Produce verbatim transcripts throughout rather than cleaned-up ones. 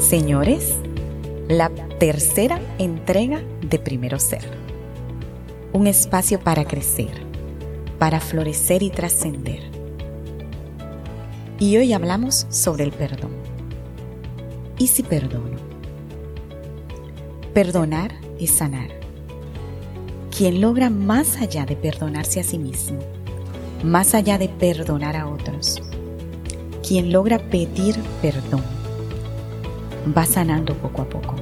Señores, la tercera entrega de Primero Ser. Un espacio para crecer, para florecer y trascender. Y hoy hablamos sobre el perdón. ¿Y si perdono? Perdonar es sanar. Quien logra más allá de perdonarse a sí mismo, más allá de perdonar a otros, quien logra pedir perdón, va sanando poco a poco.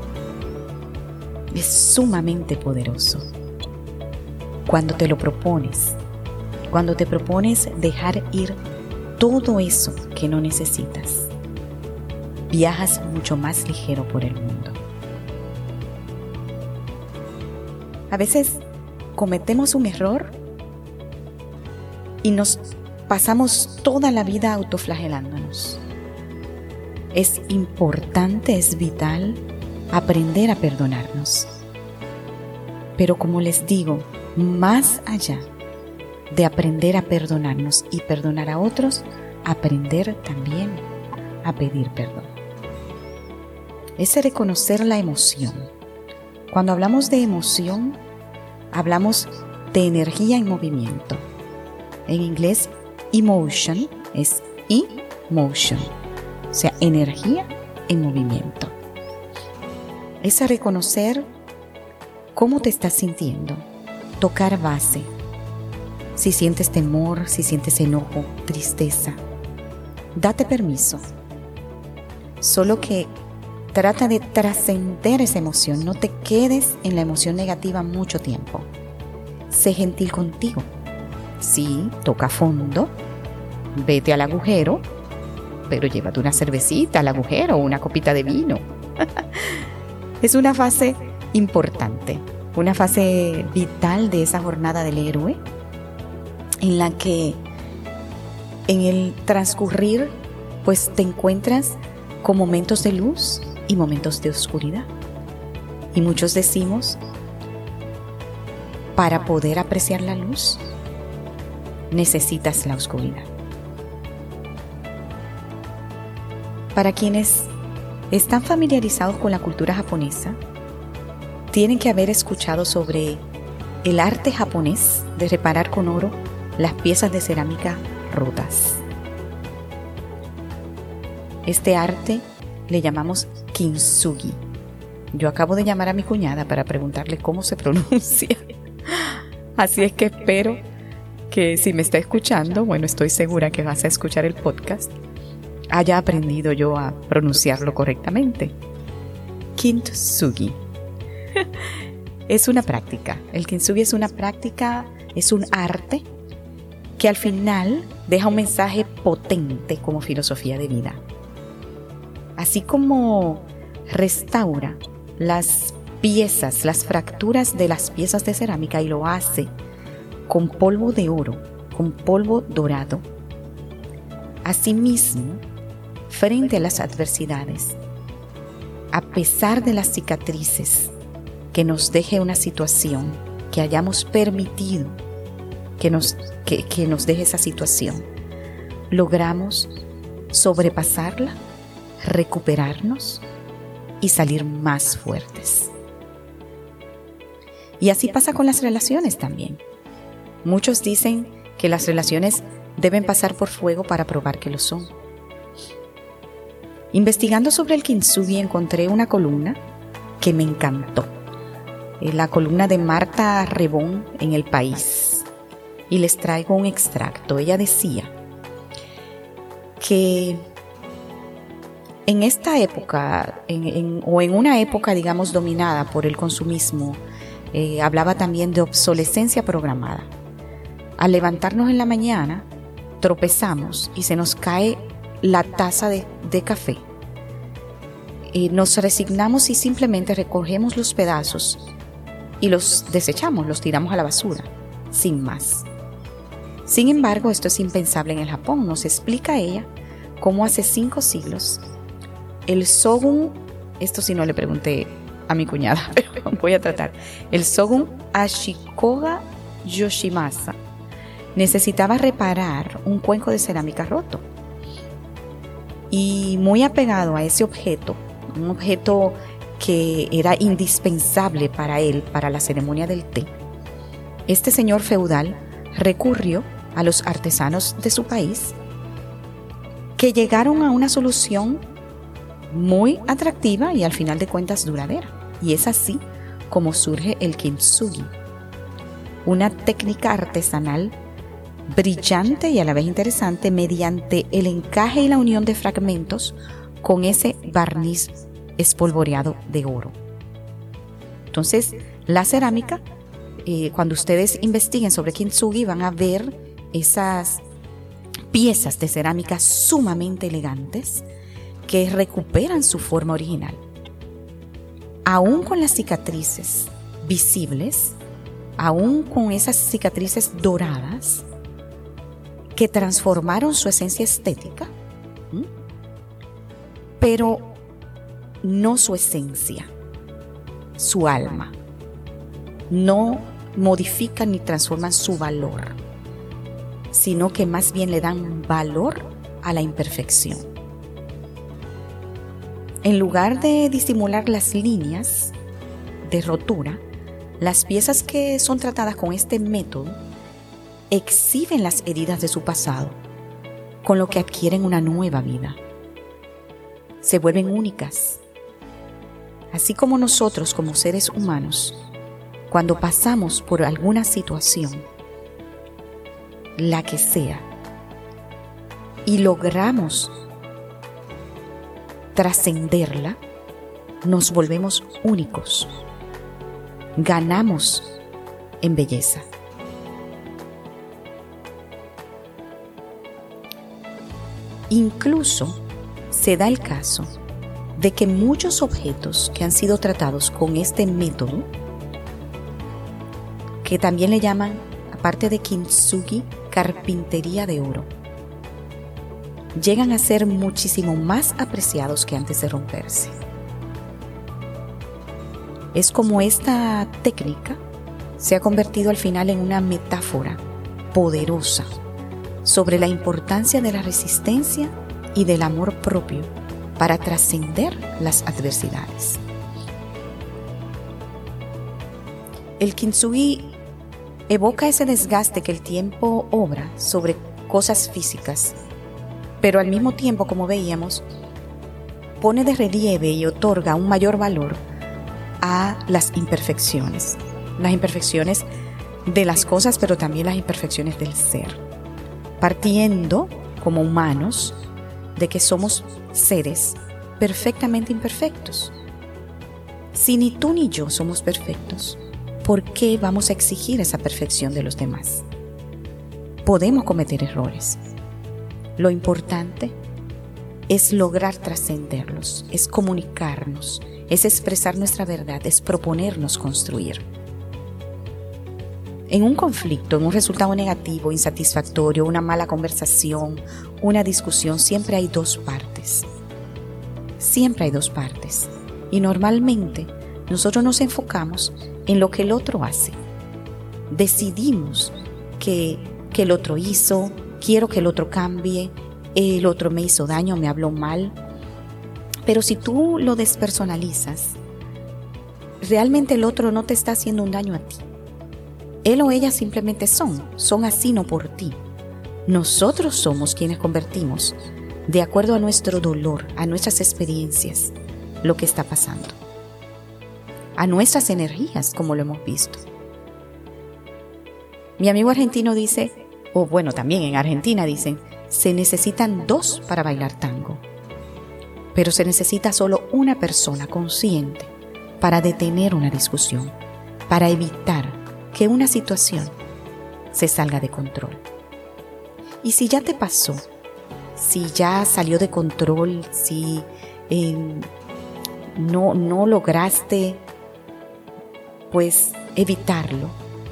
Es sumamente poderoso. Cuando te lo propones, cuando te propones dejar ir todo eso que no necesitas, viajas mucho más ligero por el mundo. A veces cometemos un error y nos pasamos toda la vida autoflagelándonos. Es importante, es vital aprender a perdonarnos. Pero como les digo, más allá de aprender a perdonarnos y perdonar a otros, aprender también a pedir perdón. Es reconocer la emoción. Cuando hablamos de emoción, hablamos de energía en movimiento. En inglés, emotion es emotion, o sea, energía en movimiento. Es reconocer cómo te estás sintiendo, tocar base. Si sientes temor, si sientes enojo, tristeza, date permiso. Solo que trata de trascender esa emoción, no te quedes en la emoción negativa mucho tiempo. Sé gentil contigo. Sí, toca fondo, vete al agujero, pero llévate una cervecita al agujero o una copita de vino. Es una fase importante, una fase vital de esa jornada del héroe, en la que en el transcurrir pues te encuentras con momentos de luz y momentos de oscuridad. Y muchos decimos, para poder apreciar la luz, necesitas la oscuridad. Para quienes están familiarizados con la cultura japonesa, tienen que haber escuchado sobre el arte japonés de reparar con oro las piezas de cerámica rotas. Este arte le llamamos kintsugi. Yo acabo de llamar a mi cuñada para preguntarle cómo se pronuncia. Así es que espero que si me está escuchando, bueno, estoy segura que vas a escuchar el podcast, haya aprendido yo a pronunciarlo correctamente. Kintsugi. Es una práctica. El kintsugi es una práctica, es un arte que al final deja un mensaje potente como filosofía de vida. Así como restaura las piezas, las fracturas de las piezas de cerámica y lo hace con polvo de oro, con polvo dorado. Asimismo, frente a las adversidades, a pesar de las cicatrices que nos deje una situación, que hayamos permitido que nos, que, que nos deje esa situación, logramos sobrepasarla, recuperarnos y salir más fuertes. Y así pasa con las relaciones también. Muchos dicen que las relaciones deben pasar por fuego para probar que lo son. Investigando sobre el kintsugi encontré una columna que me encantó. La columna de Marta Rebón en El País. Y les traigo un extracto. Ella decía que en esta época, en, en, o en una época, digamos, dominada por el consumismo, eh, hablaba también de obsolescencia programada. Al levantarnos en la mañana, tropezamos y se nos cae la taza de, de café. Y nos resignamos y simplemente recogemos los pedazos y los desechamos, los tiramos a la basura, sin más. Sin embargo, esto es impensable en el Japón. Nos explica ella cómo hace cinco siglos el shogun, esto sí no le pregunté a mi cuñada, pero voy a tratar, el shogun Ashikaga Yoshimasa necesitaba reparar un cuenco de cerámica roto. Y muy apegado a ese objeto, un objeto que era indispensable para él, para la ceremonia del té, este señor feudal recurrió a los artesanos de su país, que llegaron a una solución muy atractiva y al final de cuentas duradera. Y es así como surge el kintsugi, una técnica artesanal brillante y a la vez interesante mediante el encaje y la unión de fragmentos con ese barniz espolvoreado de oro. Entonces, la cerámica, eh, cuando ustedes investiguen sobre kintsugi, van a ver esas piezas de cerámica sumamente elegantes que recuperan su forma original. Aún con las cicatrices visibles, aún con esas cicatrices doradas que transformaron su esencia estética, ¿sí? Pero no su esencia, su alma. No modifican ni transforman su valor, sino que más bien le dan valor a la imperfección. En lugar de disimular las líneas de rotura, las piezas que son tratadas con este método exhiben las heridas de su pasado, con lo que adquieren una nueva vida. Se vuelven únicas. Así como nosotros como seres humanos, cuando pasamos por alguna situación, la que sea, y logramos trascenderla, nos volvemos únicos, ganamos en belleza. Incluso se da el caso de que muchos objetos que han sido tratados con este método, que también le llaman, aparte de kintsugi, carpintería de oro, llegan a ser muchísimo más apreciados que antes de romperse. Es como esta técnica se ha convertido al final en una metáfora poderosa sobre la importancia de la resistencia y del amor propio para trascender las adversidades. El kintsugi evoca ese desgaste que el tiempo obra sobre cosas físicas, pero al mismo tiempo, como veíamos, pone de relieve y otorga un mayor valor a las imperfecciones. Las imperfecciones de las cosas, pero también las imperfecciones del ser. Partiendo, como humanos, de que somos seres perfectamente imperfectos. Si ni tú ni yo somos perfectos, ¿por qué vamos a exigir esa perfección de los demás? Podemos cometer errores. Lo importante es lograr trascenderlos, es comunicarnos, es expresar nuestra verdad, es proponernos construir. En un conflicto, en un resultado negativo, insatisfactorio, una mala conversación, una discusión, siempre hay dos partes. Siempre hay dos partes. Y normalmente nosotros nos enfocamos en lo que el otro hace. Decidimos que, que el otro hizo, quiero que el otro cambie, el otro me hizo daño, me habló mal. Pero si tú lo despersonalizas, realmente el otro no te está haciendo un daño a ti. Él o ella simplemente son, son así no por ti. Nosotros somos quienes convertimos, de acuerdo a nuestro dolor, a nuestras experiencias, lo que está pasando. A nuestras energías, como lo hemos visto. Mi amigo argentino dice, o bueno, también en Argentina dicen, se necesitan dos para bailar tango. Pero se necesita solo una persona consciente para detener una discusión, para evitar que una situación se salga de control. Y si ya te pasó, si ya salió de control, si eh, no, no lograste pues evitarlo,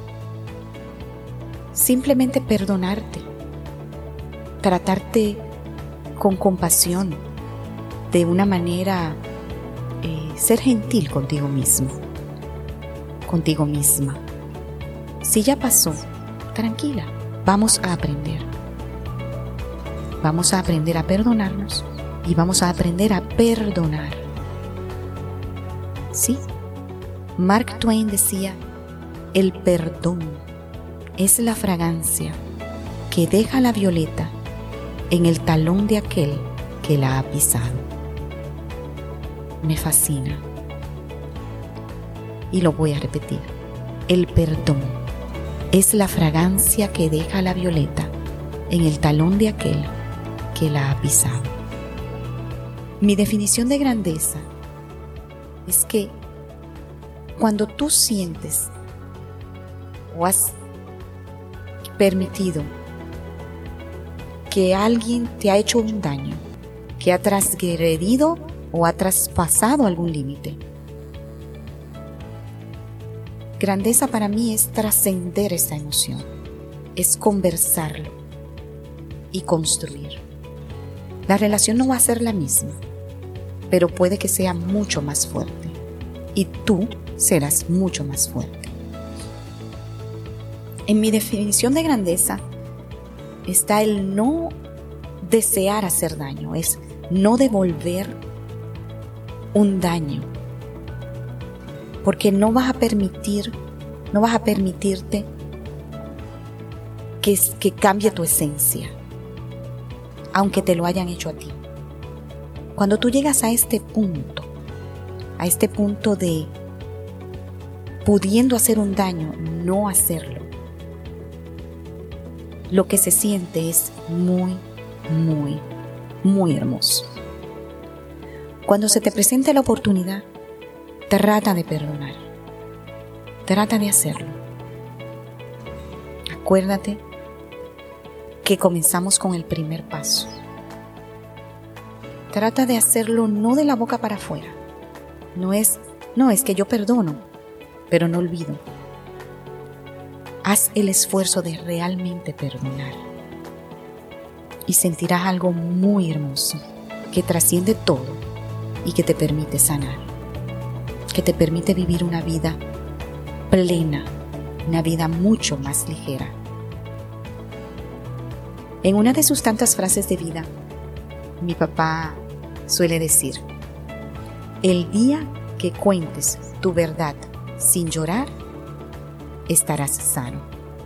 simplemente perdonarte, tratarte con compasión, de una manera, eh, ser gentil contigo mismo, contigo misma. Si ya pasó, tranquila, vamos a aprender. Vamos a aprender a perdonarnos y vamos a aprender a perdonar. Sí, Mark Twain decía, el perdón es la fragancia que deja la violeta en el talón de aquel que la ha pisado. Me fascina. Y lo voy a repetir. El perdón es la fragancia que deja la violeta en el talón de aquel que la ha pisado. Mi definición de grandeza es que cuando tú sientes o has permitido que alguien te ha hecho un daño, que ha transgredido o ha traspasado algún límite. Grandeza para mí es trascender esa emoción, es conversarlo y construir. La relación no va a ser la misma, pero puede que sea mucho más fuerte y tú serás mucho más fuerte. En mi definición de grandeza está el no desear hacer daño, es no devolver un daño, porque no vas a permitir, no vas a permitirte que, que cambie tu esencia, aunque te lo hayan hecho a ti. Cuando tú llegas a este punto, a este punto de pudiendo hacer un daño, no hacerlo, lo que se siente es muy, muy, muy hermoso. Cuando se te presente la oportunidad, trata de perdonar. Trata de hacerlo. Acuérdate que comenzamos con el primer paso. Trata de hacerlo no de la boca para afuera. No es, no es que yo perdono, pero no olvido. Haz el esfuerzo de realmente perdonar y sentirás algo muy hermoso que trasciende todo y que te permite sanar, que te permite vivir una vida plena, una vida mucho más ligera. En una de sus tantas frases de vida, mi papá suele decir, el día que cuentes tu verdad sin llorar, estarás sano.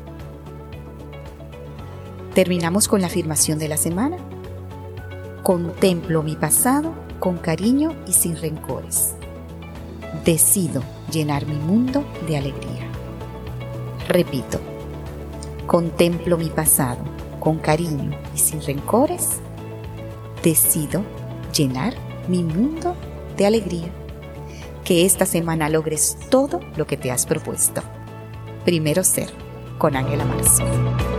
Terminamos con la afirmación de la semana. Contemplo mi pasado con cariño y sin rencores. Decido llenar mi mundo de alegría. Repito, contemplo mi pasado con cariño y sin rencores. Decido llenar mi mundo de alegría. Que esta semana logres todo lo que te has propuesto. Primero ser, con Ángela Marzo.